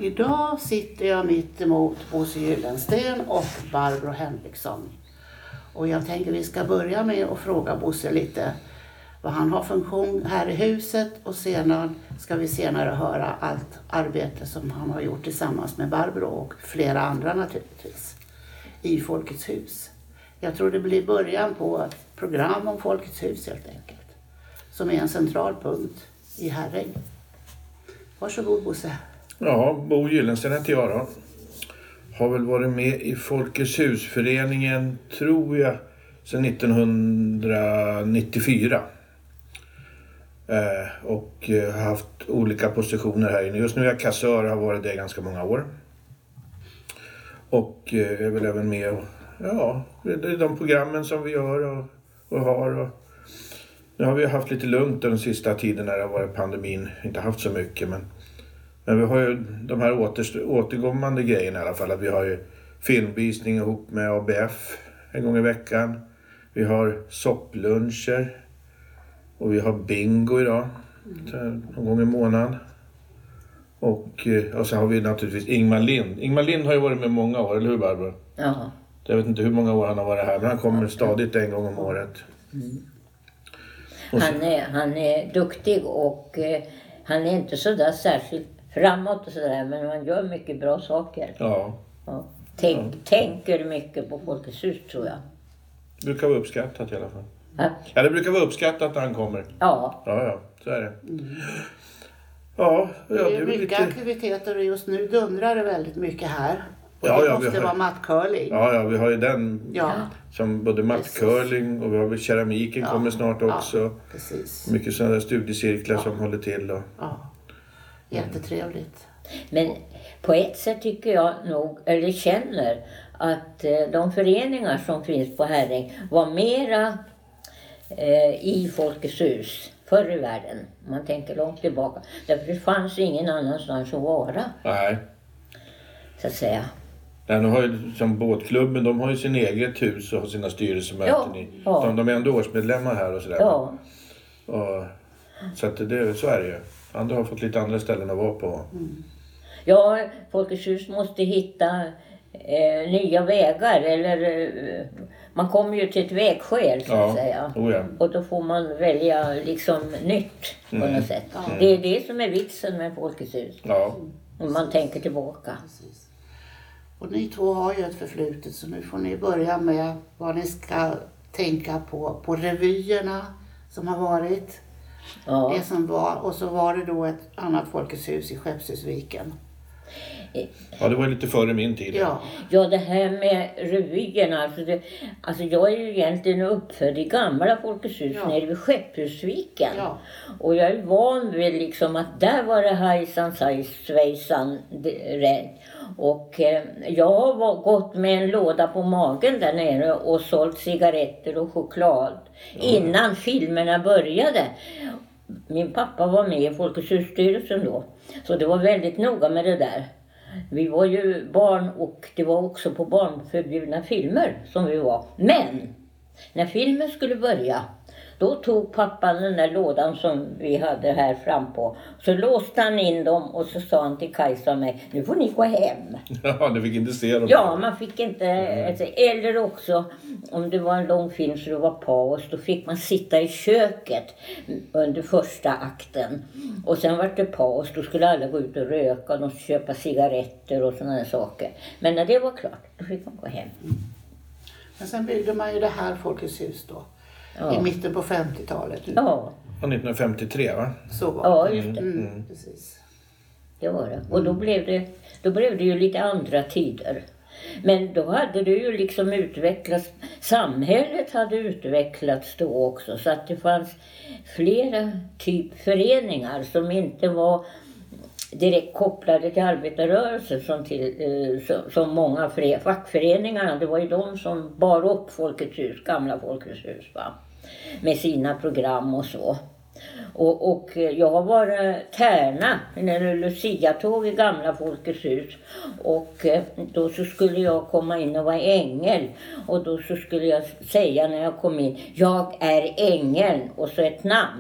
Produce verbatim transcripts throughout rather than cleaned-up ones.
Idag sitter jag mitt emot Bosse Gyllensten och Barbro Henriksson. Och jag tänker vi ska börja med att fråga Bosse lite vad han har funktion här i huset. Och sedan ska vi senare höra allt arbete som han har gjort tillsammans med Barbro och flera andra naturligtvis i Folkets hus. Jag tror det blir början på ett program om Folkets hus helt enkelt. Som är en central punkt i Herräng. Varsågod Bosse. Ja, Bo Gyllensten heter jag då. Har väl varit med i Folkets husföreningen, tror jag, sedan nittonhundranittiofyra. Eh, och eh, har haft olika positioner här inne. Just nu är jag kassör och har varit det ganska många år. Och eh, jag är väl även med och, ja, det är de programmen som vi gör och, och har. Och, nu har vi haft lite lugnt den sista tiden när det har varit pandemin. Inte haft så mycket, men Men vi har ju de här åter, återkommande grejerna i alla fall. Att vi har ju filmvisning ihop med A B F en gång i veckan. Vi har soppluncher. Och vi har bingo idag. Mm. Någon gång i månaden. Och, och så har vi naturligtvis Ingmar Lind. Ingmar Lind har ju varit med många år, eller hur Barbro? Ja. Jag vet inte hur många år han har varit här. Men han kommer stadigt en gång om året. Mm. Han, är, han är duktig och eh, han är inte så där särskilt framåt och sådär, men man gör mycket bra saker. Ja. Ja. Tänk, ja. Tänker mycket på Folkets hus, tror jag. Det brukar vara uppskattat i alla fall. Ja, ja det brukar vara uppskattat när han kommer. Ja. Ja, ja, så är det. Mm. Ja, ja, det är det är mycket lite aktiviteter och just nu dundrar det väldigt mycket här. Och ja, det ja, måste vi har, vara mattcurling. Ja, ja, vi har ju den Ja. som både mattcurling och vi har väl keramiken Ja. kommer snart också. Ja, precis. Mycket sådana där studiecirklar Ja. som håller till. Och, Ja, jättetrevligt. Men på ett sätt tycker jag nog, eller känner, att eh, de föreningar som finns på Herräng var mera eh, i Folkets hus förr i världen. Man tänker långt tillbaka. Därför det fanns ingen annanstans att vara, nej. så att säga. Nej, nu har ju, som båtklubben, de har ju sin eget hus och har sina styrelsemöten Ja, i. ja. De, de är ändå årsmedlemmar här och sådär. Ja, Och, så att det, så är det ju. Andra har fått lite andra ställen att vara på. Mm. ja Folkets hus måste hitta eh, nya vägar. Eller eh, man kommer ju till ett vägskäl, så att Ja. säga. Oh, ja. Och då får man välja liksom nytt på Mm. något sätt. Ja. Det är det som är vitsen med Folkets hus. Ja. Om man tänker tillbaka. Precis. Och ni två har ju ett förflutet, så nu får ni börja med vad ni ska tänka på på revyerna som har varit. Ja. Det som var, och så var det då ett annat Folkets hus i Skeppshusviken. ja, det var lite före min tid. Ja, Ja, det här med revyerna. Alltså, det, alltså jag är ju egentligen uppfödd i gamla Folkets hus Ja. nere vid Skeppshusviken. ja, Och jag är van vid liksom att där var det hejsan svejsan rätt. Och eh, jag har var, gått med en låda på magen där nere och sålt cigaretter och choklad innan filmerna började. Min pappa var med i Folkets husstyrelsen då. Så det var väldigt noga med det där. Vi var ju barn och det var också på barnförbjudna filmer som vi var. Men när filmen skulle börja, då tog pappan den där lådan som vi hade här fram på. Så låste han in dem och så sa han till Kajsa och mig, nu får ni gå hem. Ja, du fick inte se dem. Ja, man fick inte, eller också om det var en lång film så det var paus, då fick man sitta i köket under första akten. Och sen var det paus, då skulle alla gå ut och röka och de köpa cigaretter och sådana saker. Men när det var klart, då fick man gå hem. men sen byggde man ju det här Folkets hus då. Ja. I mitten på femtiotalet. Ja, Ja, nittonhundrafemtiotre, va? Så var ja det. just det. Mm, precis. Det var det. Och då blev det, då blev det ju lite andra tider. Men då hade det ju liksom utvecklats, samhället hade utvecklats då också. Så att det fanns flera typ föreningar som inte var direkt kopplade till arbetarrörelsen som, till, eh, som, som många fre, fackföreningarna. Det var ju de som bar upp Folkets hus, gamla Folkets hus, va? Med sina program och så. Och, och jag har varit tärna när det Lucia-tåg i gamla Folkets hus. Och då så skulle jag komma in och vara ängel. Och då så skulle jag säga när jag kom in, jag är ängeln och så ett namn.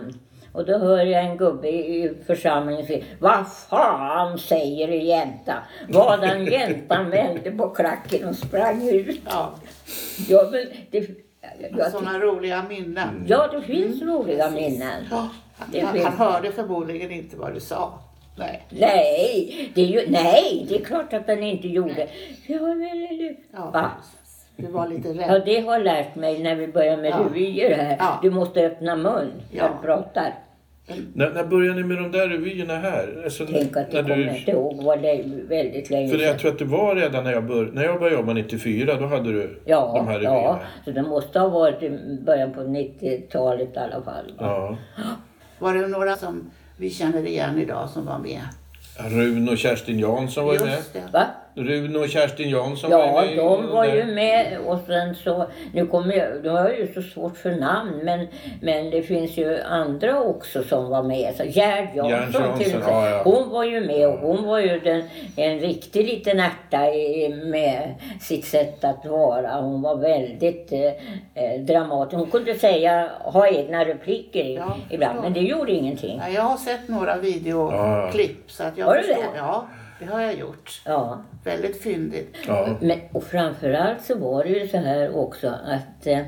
Och då hör jag en gubbe i församlingen säga: vad fan säger du jänta? Vadan jäntan vände på klacken och sprang ut. Ja. Ja, men det, jag, Sådana roliga minnen. ja, det finns mm. roliga minnen. Ja. Det Han, finns. han hörde förmodligen inte vad du sa. Nej. Nej, det är ju, nej, det är klart att han inte gjorde. Ja, men, Ja, va? du var lite Ja, rädd. det har lärt mig när vi börjar med Ja. revyer här. Ja. Du måste öppna mun när Ja. du pratar. När, när började ni med de där revyerna här? Alltså, Tänk att när jag kommer inte ihåg, det var lä- väldigt länge För sedan. jag tror att det var redan när jag, bör, när jag började jobba nittiofyra, då hade du Ja, de här revyerna. ja, så det måste ha varit i början på nittiotalet i alla fall. Ja. Var det några som vi känner igen idag som var med? Rune och Kerstin Jansson var ju med. Just det. Va? Rune och Kerstin Jansson Ja, var ju med. i de var där. ju med och sen så, nu kommer jag, nu har jag ju så svårt för namn, men, men det finns ju andra också som var med. Så Gerd Jansson, Jansson, till exempel, ja, ja. hon var ju med och hon var ju den, en riktig liten ärta i, med sitt sätt att vara. Hon var väldigt eh, dramatisk. Hon kunde säga, ha egna repliker i, Ja, ibland, förstår. men det gjorde ingenting. Ja, jag har sett några videoklipp så att jag Har du förstår. det? Ja, det har jag gjort. Ja. Väldigt fyndigt. Ja. Men, och framförallt så var det ju så här också att eh,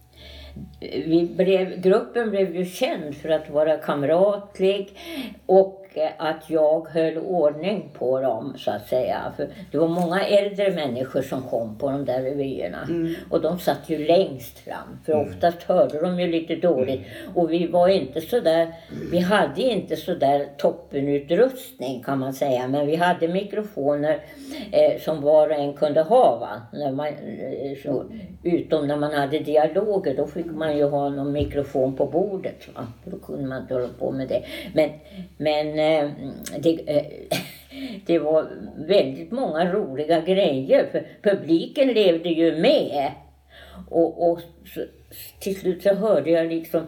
vi blev, gruppen blev ju känd för att vara kamratlig och eh, att jag höll ordning på dem så att säga. För det var många äldre människor som kom på de där revyerna Mm. och de satt ju längst fram för oftast hörde de ju lite dåligt och vi var inte så där, vi hade inte så där toppenutrustning kan man säga, men vi hade mikrofoner eh, som var och en kunde ha va? När man, eh, så, utom när man hade dialoger, då fick man ju ha någon mikrofon på bordet va? Då kunde man inte hålla på med det, men, men eh, det, eh, det var väldigt många roliga grejer för publiken levde ju med och, och så, till slut så hörde jag liksom,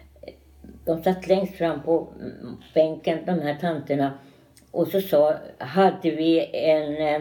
de satt längst fram på bänken, de här tanterna, och så sa, hade vi en eh,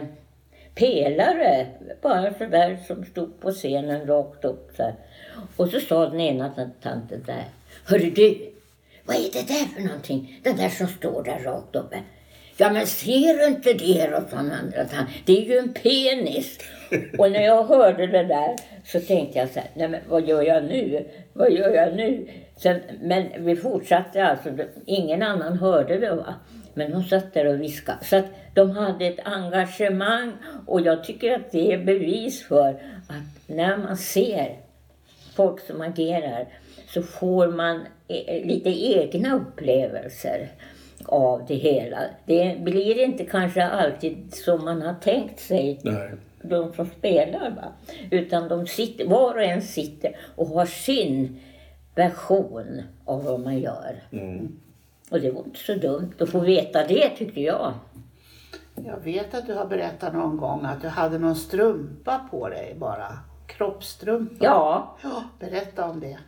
pelare bara så där som stod på scenen rakt upp så här. Och så sa den ena tanten där, hörru du, vad är det där för någonting? Den där som står där rakt uppe. Ja men ser du inte det då, sa den andra tanten. Det är ju en penis. Och när jag hörde det där så tänkte jag så här, nej men vad gör jag nu? Vad gör jag nu? Sen, men vi fortsatte alltså, ingen annan hörde det va. Men hon satt där och viskade. Så att de hade ett engagemang och jag tycker att det är bevis för att när man ser folk som agerar så får man lite egna upplevelser av det hela. Det blir inte kanske alltid som man har tänkt sig. Nej. De som spelar va. Utan de sitter, var och en sitter och har sin version av vad man gör. Mm. Och det var inte så dumt att få veta det tycker jag. Jag vet att du har berättat någon gång att du hade någon strumpa på dig bara. Kroppstrumpa. Ja. Ja, berätta om det.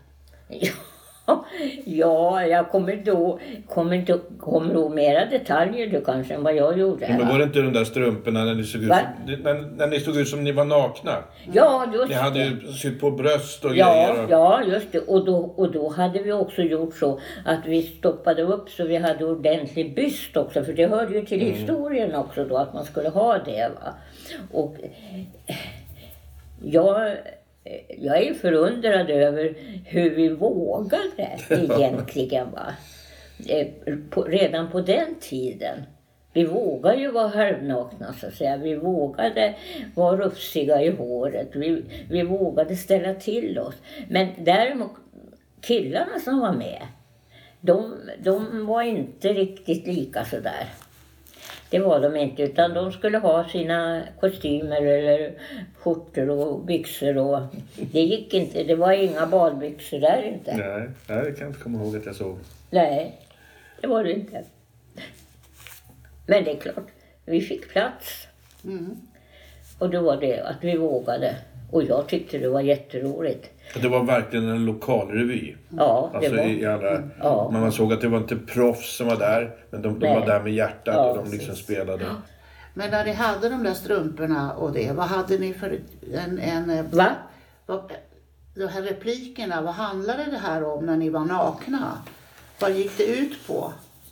Ja, jag kommer då kommer inte kommer ihåg mera detaljer då kanske än vad jag gjorde. Ja, men var det inte de där strumporna när ni såg ut, Va? när, när ni stod ut som ni var nakna? Ja, just Ni hade ju sytt på bröst och Ja, grejer. Och... ja, just det. Och då, och då hade vi också gjort så att vi stoppade upp så vi hade ordentlig byst också. För det hörde ju till Mm. historien också då att man skulle ha det va. Och eh, jag, jag är förundrad över hur vi vågade egentligen va. Eh, på, redan på den tiden. Vi vågade ju vara halvnakna så att säga. Vi vågade vara rufsiga i håret. Vi, vi vågade ställa till oss. Men däremot killarna som var med. De, de var inte riktigt lika sådär. Det var de inte. Utan de skulle ha sina kostymer eller skjortor och byxor. Och det gick inte. Det var inga badbyxor där inte. Nej, nej, jag kan inte komma ihåg att jag såg. Nej, det var det inte. Men det är klart, vi fick plats. Mm. Och då var det att vi vågade. Och jag tyckte det var jätteroligt. Det var verkligen en lokalrevy. Ja, det Alltså var. i alla, Ja. man såg att det var inte proffs som var där. Men de, de Nej. var där med hjärtat Ja, och de liksom precis. spelade. Men när ni hade de där strumporna och det, vad hade ni för en... en Va? Vad, de här replikerna, vad handlade det här om när ni var nakna? Vad gick det ut på?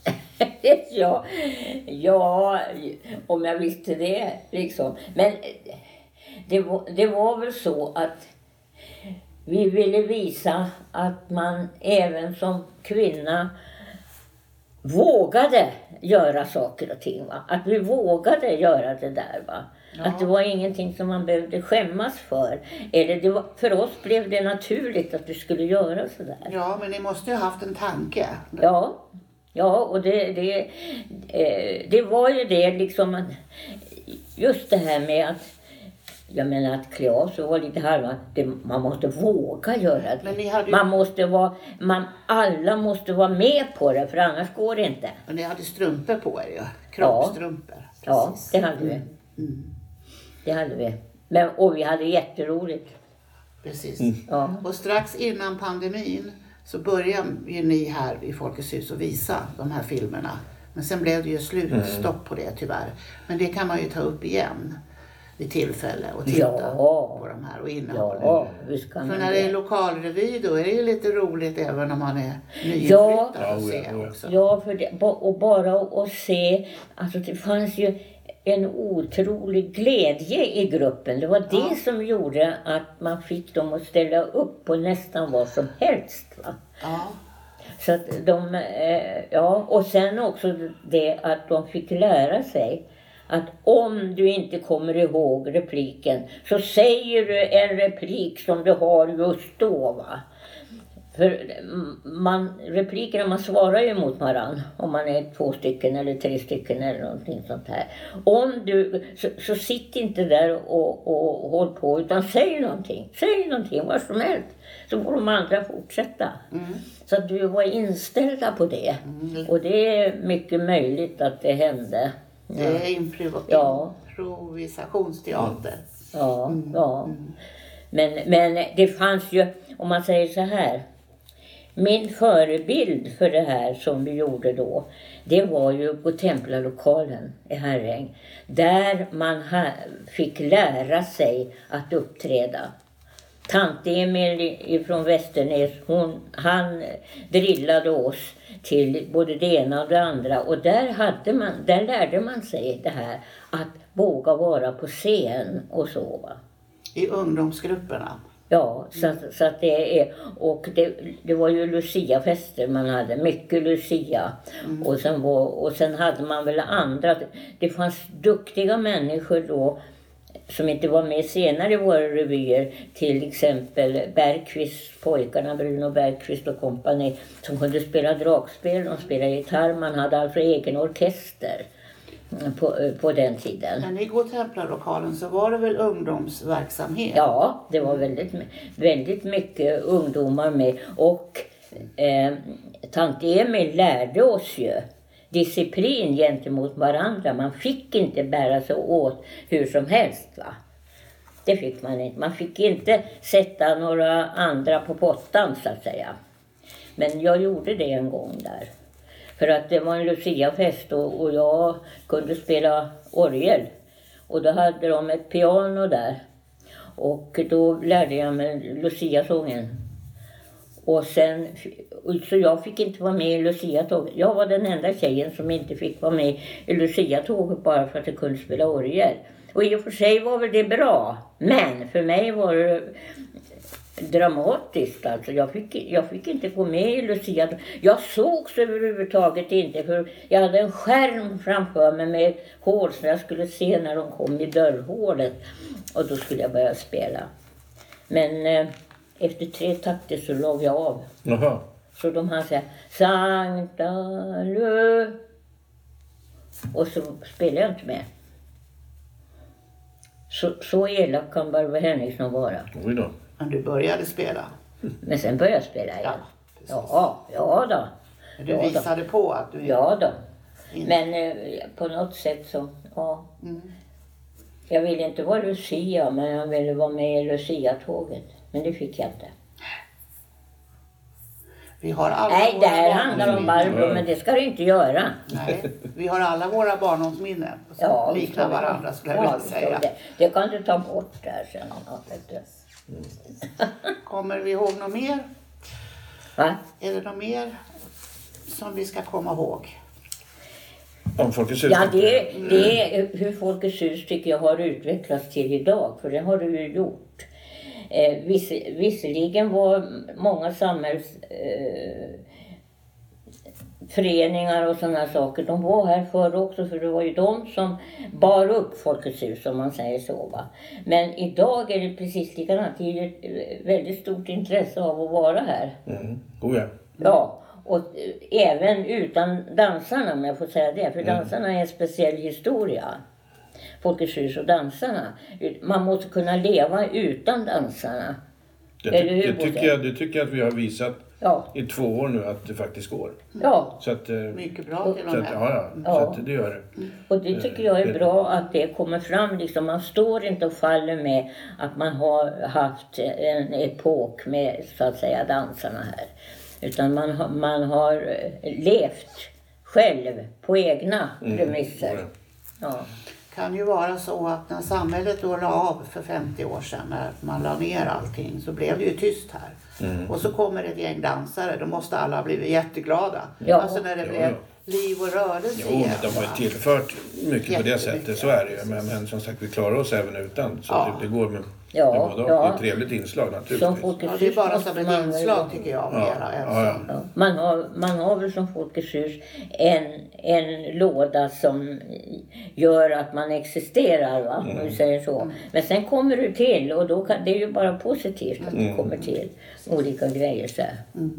ja, ja, om jag visste det liksom. Men det var, det var väl så att vi ville visa att man även som kvinna vågade göra saker och ting. Va? Att vi vågade göra det där. Va? Ja. Att det var ingenting som man behövde skämmas för. Eller det var, för oss blev det naturligt att vi skulle göra sådär. Ja, men ni måste ju ha haft en tanke. Ja, ja och det, det, eh, det var ju det liksom. Just det här med att jag menar att klä av så var lite halva. Det, man måste våga göra det. Men ni hade ju... Man måste vara, man, alla måste vara med på det för annars går det inte. Och ni hade strumpor på er ju. Kroppstrumpor. Ja, ja, det hade vi. Mm. Det hade vi. Men, och vi hade jätteroligt. Precis. Mm. Ja. Och strax innan pandemin så började ju ni här i Folkets hus att visa de här filmerna. Men sen blev det ju slutstopp mm. på det tyvärr. Men det kan man ju ta upp igen vid tillfälle och titta ja. på de här och innehållet. Ja, För när det är lokalrevy då är det ju lite roligt även om man är nyinflyttad ja. att se också. Ja, för det, och bara att se, alltså det fanns ju en otrolig glädje i gruppen. Det var det ja. som gjorde att man fick dem att ställa upp på nästan vad som helst. Va? Ja. Så att de, ja, och sen också det att de fick lära sig att om du inte kommer ihåg repliken så säger du en replik som du har just då. Va? För man, replikerna man svarar ju mot varann om man är två stycken eller tre stycken eller någonting sånt här. Om du, så, så sitt inte där och, och håll på utan säg någonting. Säg någonting, vad som helst. Så får de andra fortsätta. Mm. Så att du var inställda på det. Mm. Och det är mycket möjligt att det hände. Det är improv- ja. improvisationsteater. Ja, mm. ja. Mm. Men, men det fanns ju, om man säger så här. Min förebild för det här som vi gjorde då, det var ju på Templarlokalen i Herräng. Där man ha, fick lära sig att uppträda. Tant Emil från Västernäs, hon, han drillade oss till både det ena och det andra. Och där, hade man, där lärde man sig det här att våga vara på scen och så. Va? I ungdomsgrupperna? Ja, så, mm. så att det är, och det, det var ju Lucia-fester man hade, mycket Lucia. Mm. Och, sen var, och sen hade man väl andra, det fanns duktiga människor då som inte var med senare i våra revyer, till exempel Bergqvist, pojkarna Bruno Bergqvist och kompani, som kunde spela dragspel, de spelade gitarr, man hade alltså egen orkester på, på den tiden. När ni går till Templarlokalen så var det väl ungdomsverksamhet? Ja, det var väldigt, väldigt mycket ungdomar med och eh, tant Emil lärde oss ju disciplin gentemot varandra. Man fick inte bära sig åt hur som helst. Va? Det fick man inte. Man fick inte sätta några andra på pottan så att säga. Men jag gjorde det en gång där. För att det var en Lucia-fest och, och jag kunde spela orgel. Och då hade de ett piano där. Och då lärde jag mig Lucia-sången. Och sen, så jag fick inte vara med i Lucia-tåget. Jag var den enda tjejen som inte fick vara med i Lucia-tåget bara för att jag kunde spela orgel. Och i och för sig var väl det bra. Men för mig var det dramatiskt. Alltså. Jag, fick, jag fick inte gå med i Lucia-tåget. Jag sågs överhuvudtaget inte för jag hade en skärm framför mig med hål så jag skulle se när de kom i dörrhålet. Och då skulle jag börja spela. Men Eh, efter tre takter så låg jag av. Jaha. Så de här säger Sankta Lö. Och så spelade jag inte med. Så, så elak kan Barbro Henriksson vara. Oj då. Men du började spela? Men sen började jag spela igen. Ja, ja, ja då. Men du ja, visade då. på att du... Ja då. Men eh, på något sätt så, ja. Mm. Jag ville inte vara Lucia, men jag ville vara med i Lucia-tåget. Men det fick jag inte. Vi har alla Nej, det här handlar om Barbro, men det ska du inte göra. Nej, vi har alla våra barndomsminnen som ja, liknar varandra, skulle jag vilja säga. Det, det kan du ta bort där sen. Kommer vi ihåg något mer? Va? Är det något mer som vi ska komma ihåg? Om Folkets hus? Ja, det, det är hur Folkets hus tycker jag har utvecklats till idag. För det har det ju gjort. Eh, viss, visserligen var många samhälls... Eh, föreningar och sådana saker. De var här förr också, för det var ju de som bar upp Folkets hus, om man säger så. Va? Men idag är det precis likadant. Det är ju ett väldigt stort intresse av att vara här. Mm. Oh, ja. Ja, och eh, även utan dansarna, om jag får säga det. För mm. dansarna är en speciell historia. Folkets hus och dansarna. Man måste kunna leva utan dansarna. Det, ty- det, tycker jag, det tycker jag att vi har visat ja. i två år nu att det faktiskt går. Ja. Så att, mycket bra till och med. Ja, ja. ja. Så att det gör det. Och det tycker jag är bra att det kommer fram. Liksom, man står inte och faller med att man har haft en epok med så att säga dansarna här. Utan man har, man har levt själv på egna premisser. Mm. Ja. Kan ju vara så att när samhället då la av för femtio år sedan, när man la ner allting, så blev det ju tyst här. Mm. Och så kommer ett gäng dansare, då måste alla ha blivit jätteglada. Ja. Alltså när det jo, blev jo. liv och rörelse Jo, igen. men de har ju tillfört mycket på det sättet, så är det ju. Men, men som sagt, vi klarar oss även utan. Så ja. det, det går med, ja, med både och. ja. Det är ett trevligt inslag naturligtvis. Ja, det är bara som ett inslag tycker jag. Ja. Mera, Ja, ja. Ja. Man, har, man har väl som Folkets hus en, en låda som gör att man existerar, va? Mm. Om vi säger så. Mm. Men sen kommer du till, och då kan, det är ju bara positivt att mm. det kommer till olika grejer så här. Mm.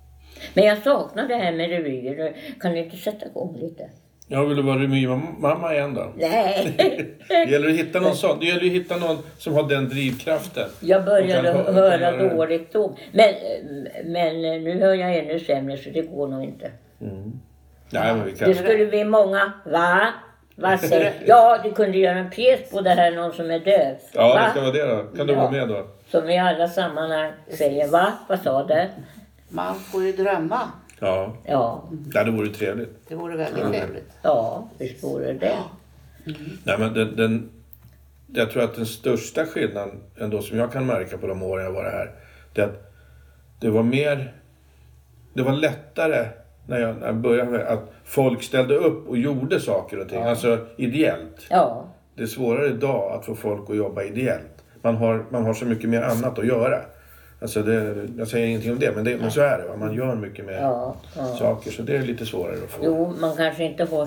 Men jag saknar det här med revyer. Kan du inte sätta igång lite? Jag vill vara revymamma igen då. Nej. Det gäller att hitta någon sån. Det gäller att hitta någon som har den drivkraften. Jag började kan, höra kan dåligt då. Men, men nu hör jag ännu sämre, så det går nog inte. Mm. Nej, men vi kan... Det skulle bli många. Va? Vad säger? Ja, du kunde göra en pjäs på det här, någon som är döv. Ja, va? det ska vara det då. Kan du ja. vara med då? Som i alla sammanhang säger, va? Vad sa det? Man får ju drömma. Ja. Ja. Ja, det vore trevligt. Det vore väldigt mm. trevligt. Ja, visst vore det. Mm. Nej, men den, den, jag tror att den största skillnaden ändå som jag kan märka på de åren jag var här, det är att det var mer, det var lättare när jag, när jag började med att folk ställde upp och gjorde saker och ting, ja. Alltså ideellt. Ja. Det är svårare idag att få folk att jobba ideellt. Man har, man har så mycket mer annat att göra. Alltså det, jag säger ingenting om det, men, det, men så är det. Va? Man gör mycket mer ja, ja. saker, så det är lite svårare att få. Jo, man kanske inte har...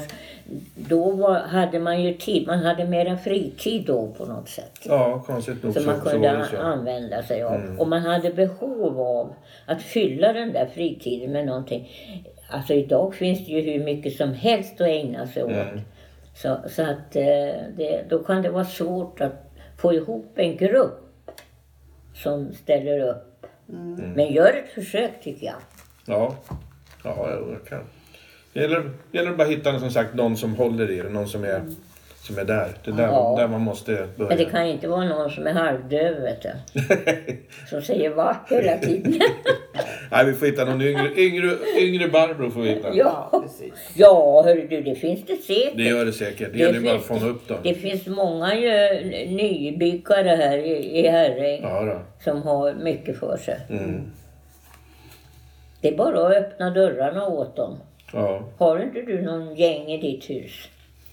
Då var, hade man ju tid, man hade mera fritid då på något sätt. Ja, konstigt nog. Som så, man kunde så använda sig av. Mm. Och man hade behov av att fylla den där fritiden med någonting. Alltså idag finns det ju hur mycket som helst att ägna sig åt. Mm. Så, så att det, då kan det vara svårt att få ihop en grupp som ställer upp. Mm. Men gör ett försök tycker jag. Ja, ja jag kan. Det gäller, det gäller bara att hitta som sagt, någon som håller i det, någon som är, mm. som är där. Det är där, ja. där man måste börja. Men det kan inte vara någon som är halvdöv, vet du. Som säger va hela tiden. Nej, vi får hitta någon yngre, yngre, yngre Barbro får vi hitta. Ja, precis. Ja, hörru du, det finns det säkert. Det gör det säkert. Det, det gäller bara att fånga upp dem. Det finns många ju, nybyggare här i, i Herräng ja, som har mycket för sig. Mm. Det är bara att öppna dörrarna åt dem. Ja. Har inte du någon gäng i ditt hus?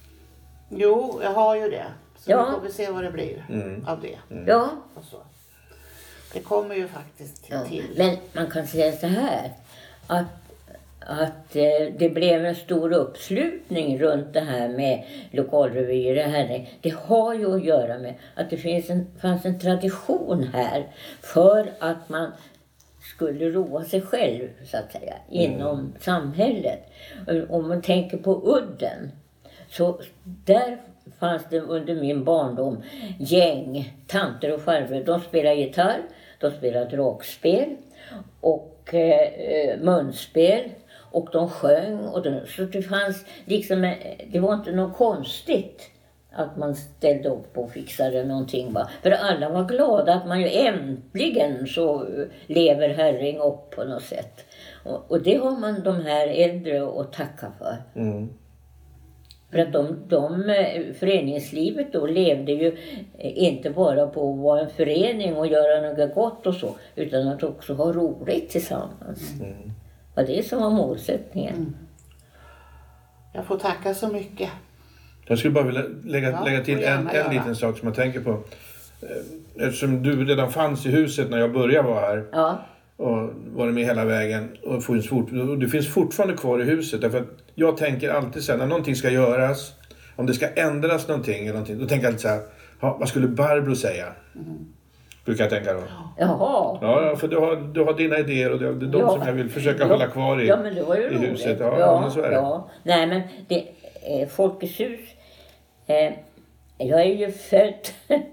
Jo, jag har ju det. Så ja. vi får vi se vad det blir mm. av det. Mm. Ja. Och så. Det kommer ju faktiskt till. Ja. Men man kan säga så här. Att, att eh, det blev en stor uppslutning runt det här med lokalrevyer här. Det har ju att göra med att det finns en, fanns en tradition här. För att man skulle roa sig själv så att säga. Inom mm. samhället. Om man tänker på udden. Så där fanns det under min barndom gäng, tanter och farbröder. De spelade gitarr, de spelade dragspel och eh, munspel. Och de sjöng. Och de, så det fanns liksom, det var inte något konstigt att man ställde upp och fixade någonting. Va? För alla var glada att man ju äntligen så lever Herräng upp på något sätt. Och, och det har man de här äldre att tacka för. Mm. För att de, de, föreningslivet då levde ju inte bara på att vara en förening och göra något gott och så. Utan att också ha roligt tillsammans. Mm. var det som var målsättningen. Mm. Jag får tacka så mycket. Jag skulle bara vilja lägga, Ja, lägga till får en, gärna en göra. liten sak som jag tänker på. Eftersom du redan fanns i huset när jag började vara här. Ja, Och varit med hela vägen. Och finns fort, och det finns fortfarande kvar i huset. Därför att jag tänker alltid så här, när någonting ska göras. Om det ska ändras någonting eller någonting. Då tänker jag alltid så här, ja, vad skulle Barbro säga? Mm. Brukar jag tänka då. jaha. Ja, ja, för du har, du har dina idéer och det är de Ja. som jag vill försöka Ja. hålla kvar i, Ja, men det var ju i roligt. huset. Ja, ja, men så är det. ja. Nej, men det, eh, Folkets hus. Eh, jag är ju född,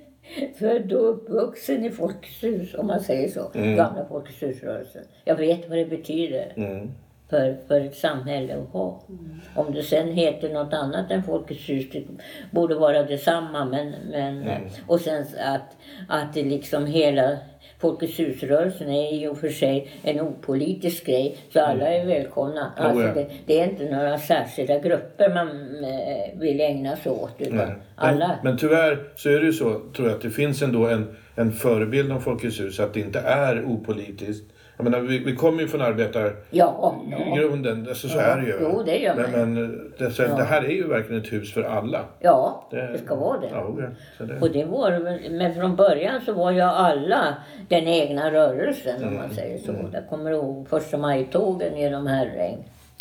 född och uppvuxen i Folkets hus, om man säger så. Mm. Gamla Folkets husrörelsen. Jag vet vad det betyder Mm. för, för ett samhälle att ha. Mm. Om det sen heter något annat än Folkets hus, det borde vara detsamma. Men, men, Mm. Och sen att, att det liksom hela Folkets husrörelsen är i och för sig en opolitisk grej. Så alla är välkomna. Oh, Alltså ja. det, det är inte några särskilda grupper man eh, vill ägna sig åt. Utan Nej. alla. Men, men tyvärr så är det ju så, tror jag, att det finns ändå en, en förebild om Folkets hus. Att det inte är opolitiskt. Jag menar, vi, vi kommer ju från arbetar Ja, ja. grunden, alltså, så Ja, är det ju. jo, det gör man. Men, men det, så, Ja. det här är ju verkligen ett hus för alla. Ja, det ska vara det. Ja, ja. Så det. Och det var det väl- men från början så var ju alla den egna rörelsen, om man säger så. Jag kommer ihåg första maj-tågen genom Herräng.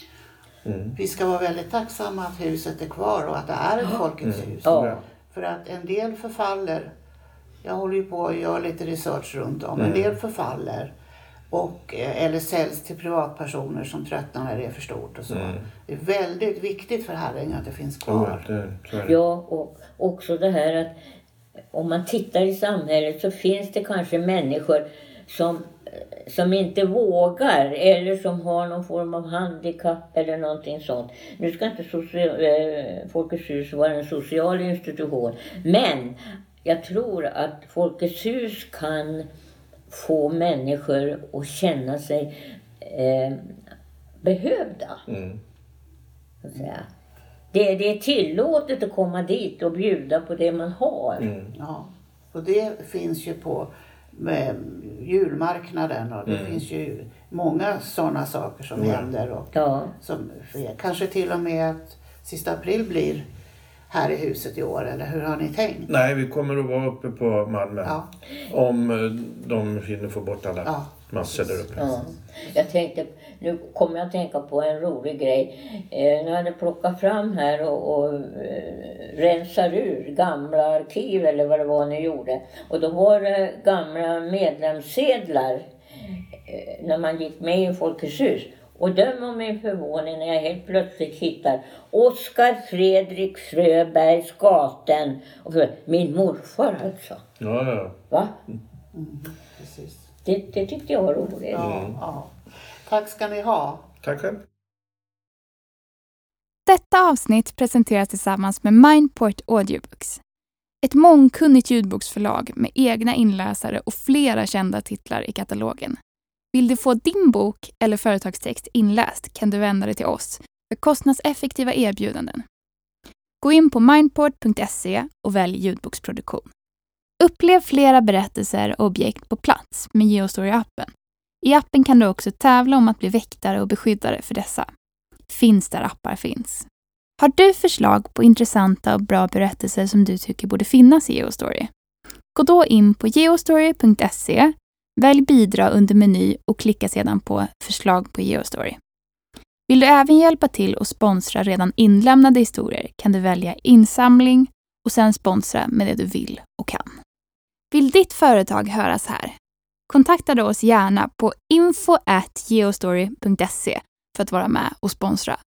Mm. Vi ska vara väldigt tacksamma att huset är kvar och att det är ett Folkets hus. Ja. För att en del förfaller. Jag håller ju på att göra lite research runt om. En del förfaller. Och, eh, eller säljs till privatpersoner som tröttnar när det är för stort och så. Mm. Det är väldigt viktigt för Herräng att det finns Ja, kvar. det, så är det. Ja, och också det här att om man tittar i samhället så finns det kanske människor som, som inte vågar eller som har någon form av handikapp eller någonting sånt. Nu ska inte social, eh, Folkets hus vara en social institution, men jag tror att Folkets hus kan få människor att känna sig eh, behövda. Mm. Så att säga. Det, det är tillåtet att komma dit och bjuda på det man har. Mm. Ja. Och det finns ju på med julmarknaden och det Mm. finns ju många sådana saker som Ja. händer. Och Ja, som sker. Kanske till och med att sista april blir här i huset i år, eller hur har ni tänkt? Nej, vi kommer att vara uppe på Malmö. Ja. Om eh, de hinner få bort alla Ja, massor där uppe. ja. Jag tänkte, nu kommer jag att tänka på en rolig grej. Eh, när jag hade plockat fram här och, och eh, rensar ur gamla arkiv eller vad det var ni gjorde. Och då var det gamla medlemssedlar eh, när man gick med i Folkets hus. Och döm om min förvåning när jag helt plötsligt hittar Oskar Fredrik Fröbergs gaten. Och för, min morfar alltså. Ja, ja. Va? Mm, precis. Det, det tyckte jag var roligt. Ja, Mm. ja. Tack ska ni ha. Tack själv. Detta avsnitt presenteras tillsammans med Mindport Audiobooks. Ett mångkunnigt ljudboksförlag med egna inläsare och flera kända titlar i katalogen. Vill du få din bok eller företagstext inläst kan du vända dig till oss för kostnadseffektiva erbjudanden. Gå in på mindport punkt se och välj ljudboksproduktion. Upplev flera berättelser och objekt på plats med Geostory-appen. I appen kan du också tävla om att bli väktare och beskyddare för dessa. Finns där appar finns. Har du förslag på intressanta och bra berättelser som du tycker borde finnas i Geostory? Gå då in på geostory punkt se, välj bidra under meny och klicka sedan på förslag på Geostory. Vill du även hjälpa till och sponsra redan inlämnade historier kan du välja insamling och sen sponsra med det du vill och kan. Vill ditt företag höras här? Kontakta då oss gärna på info at geostory punkt se för att vara med och sponsra